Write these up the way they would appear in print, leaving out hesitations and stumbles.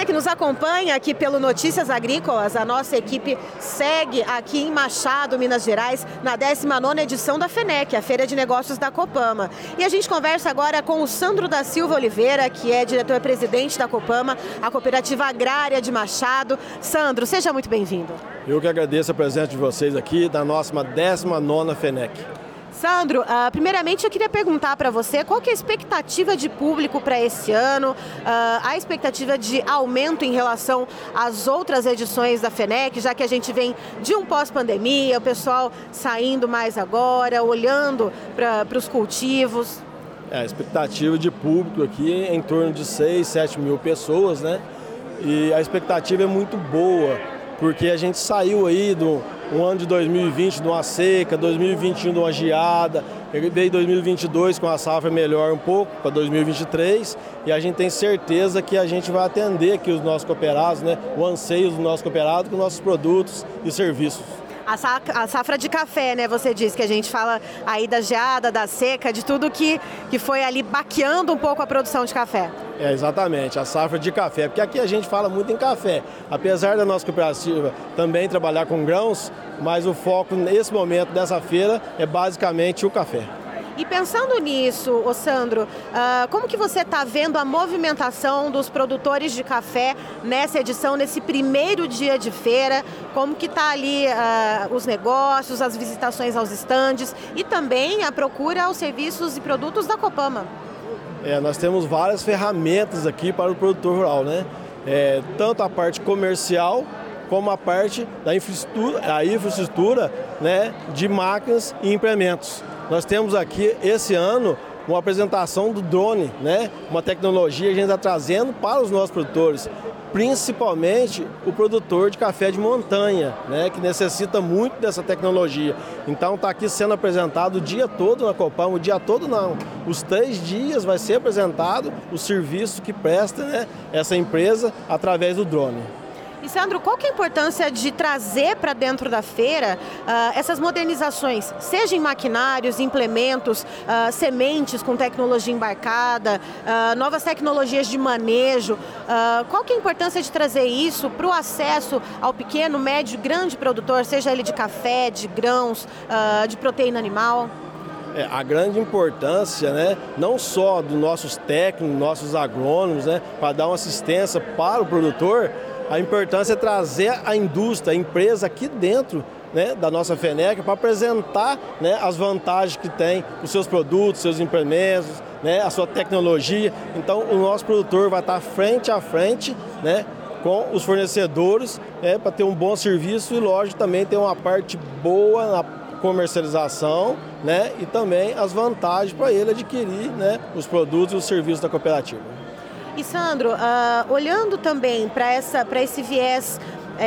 você que nos acompanha aqui pelo Notícias Agrícolas, a nossa equipe segue aqui em Machado, Minas Gerais, na 19ª edição da FENEC, a Feira de Negócios da Copama. E a gente conversa agora com o Sandro da Silva Oliveira, que é diretor-presidente da Copama, a Cooperativa Agrária de Machado. Sandro, seja muito bem-vindo. Eu que agradeço a presença de vocês aqui da nossa 19ª FENEC. Sandro, primeiramente eu queria perguntar para você qual que é a expectativa de público para esse ano, a expectativa de aumento em relação às outras edições da FENEC, já que a gente vem de um pós-pandemia, o pessoal saindo mais agora, olhando para os cultivos. A expectativa de público aqui é em torno de 6, 7 mil pessoas, né? E a expectativa é muito boa, porque a gente saiu aí do ano de 2020 de uma seca, 2021 de uma geada, veio 2022 com a safra melhor um pouco para 2023 e a gente tem certeza que a gente vai atender aqui os nossos cooperados, né, o anseio dos nossos cooperados com nossos produtos e serviços. A safra de café, né? Você disse que a gente fala aí da geada, da seca, de tudo que foi ali baqueando um pouco a produção de café. Exatamente, a safra de café, porque aqui a gente fala muito em café. Apesar da nossa cooperativa também trabalhar com grãos, mas o foco nesse momento dessa feira é basicamente o café. E pensando nisso, ô Sandro, como que você está vendo a movimentação dos produtores de café nessa edição, nesse primeiro dia de feira? Como que está ali os negócios, as visitações aos estandes e também a procura aos serviços e produtos da Copama? Nós temos várias ferramentas aqui para o produtor rural, né? Tanto a parte comercial como a parte da infraestrutura, né, de máquinas e implementos. Nós temos aqui, esse ano, uma apresentação do drone, né? Uma tecnologia que a gente está trazendo para os nossos produtores, principalmente o produtor de café de montanha, né? Que necessita muito dessa tecnologia. Então está aqui sendo apresentado o dia todo na Copama, o dia todo não, os 3 dias vai ser apresentado o serviço que presta, né, essa empresa através do drone. E Sandro, qual que é a importância de trazer para dentro da feira essas modernizações, seja em maquinários, implementos, sementes com tecnologia embarcada, novas tecnologias de manejo? Qual que é a importância de trazer isso para o acesso ao pequeno, médio, grande produtor, seja ele de café, de grãos, de proteína animal? A grande importância, né, não só dos nossos técnicos, nossos agrônomos, né, para dar uma assistência para o produtor, a importância é trazer a indústria, a empresa aqui dentro, né, da nossa FENEC para apresentar, né, as vantagens que tem os seus produtos, seus implementos, né, a sua tecnologia. Então o nosso produtor vai estar frente a frente, né, com os fornecedores, né, para ter um bom serviço e, lógico, também ter uma parte boa na comercialização, né, e também as vantagens para ele adquirir, né, os produtos e os serviços da cooperativa. E Sandro, olhando também para esse viés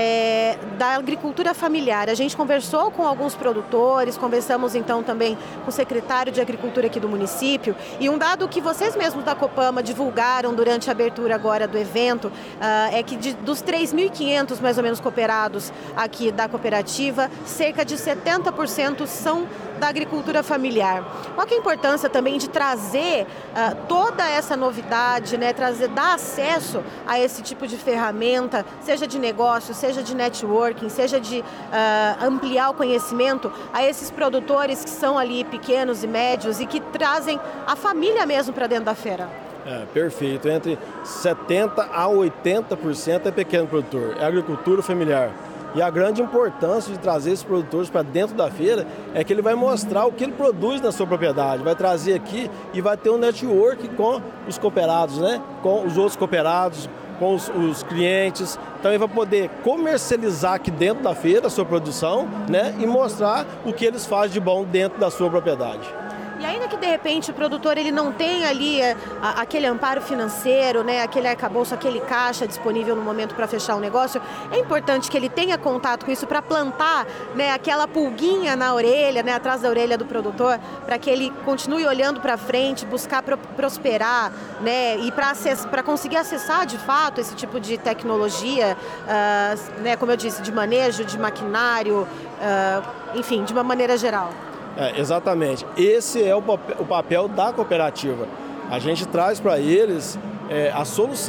da agricultura familiar, a gente conversou com alguns produtores, conversamos então também com o secretário de Agricultura aqui do município, e um dado que vocês mesmos da Copama divulgaram durante a abertura agora do evento é que dos 3.500 mais ou menos cooperados aqui da cooperativa, cerca de 70% são da agricultura familiar. Qual que é a importância também de trazer toda essa novidade, né, dar acesso a esse tipo de ferramenta, seja de negócio, seja de networking, seja de ampliar o conhecimento a esses produtores que são ali pequenos e médios e que trazem a família mesmo para dentro da feira? Perfeito. Entre 70% a 80% é pequeno produtor, é agricultura familiar. E a grande importância de trazer esses produtores para dentro da feira é que ele vai mostrar o que ele produz na sua propriedade, vai trazer aqui e vai ter um network com os cooperados, né? Com os outros cooperados, com os clientes. Então ele vai poder comercializar aqui dentro da feira a sua produção, né? E mostrar o que eles fazem de bom dentro da sua propriedade. E ainda que de repente o produtor ele não tenha ali aquele amparo financeiro, né, aquele arcabouço, aquele caixa disponível no momento para fechar o negócio, é importante que ele tenha contato com isso para plantar, né, aquela pulguinha na orelha, né, atrás da orelha do produtor, para que ele continue olhando para frente, buscar prosperar, né, e para conseguir acessar de fato esse tipo de tecnologia, né, como eu disse, de manejo, de maquinário, enfim, de uma maneira geral. Exatamente. Esse é o papel da cooperativa. A gente traz para eles a solução,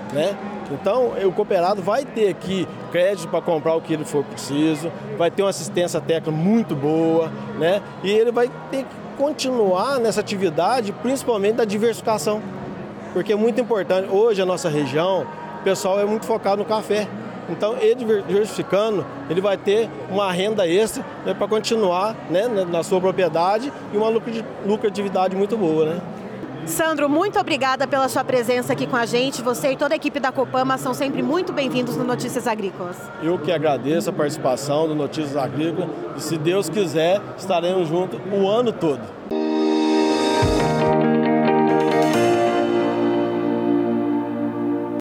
né? Então, o cooperado vai ter aqui crédito para comprar o que ele for preciso, vai ter uma assistência técnica muito boa, né? E ele vai ter que continuar nessa atividade, principalmente da diversificação, porque é muito importante. Hoje, a nossa região, o pessoal é muito focado no café. Então, ele diversificando, ele vai ter uma renda extra, né, para continuar, né, na sua propriedade e uma lucratividade muito boa, né? Sandro, muito obrigada pela sua presença aqui com a gente. Você e toda a equipe da Copama são sempre muito bem-vindos no Notícias Agrícolas. Eu que agradeço a participação do Notícias Agrícolas e, se Deus quiser, estaremos juntos o ano todo.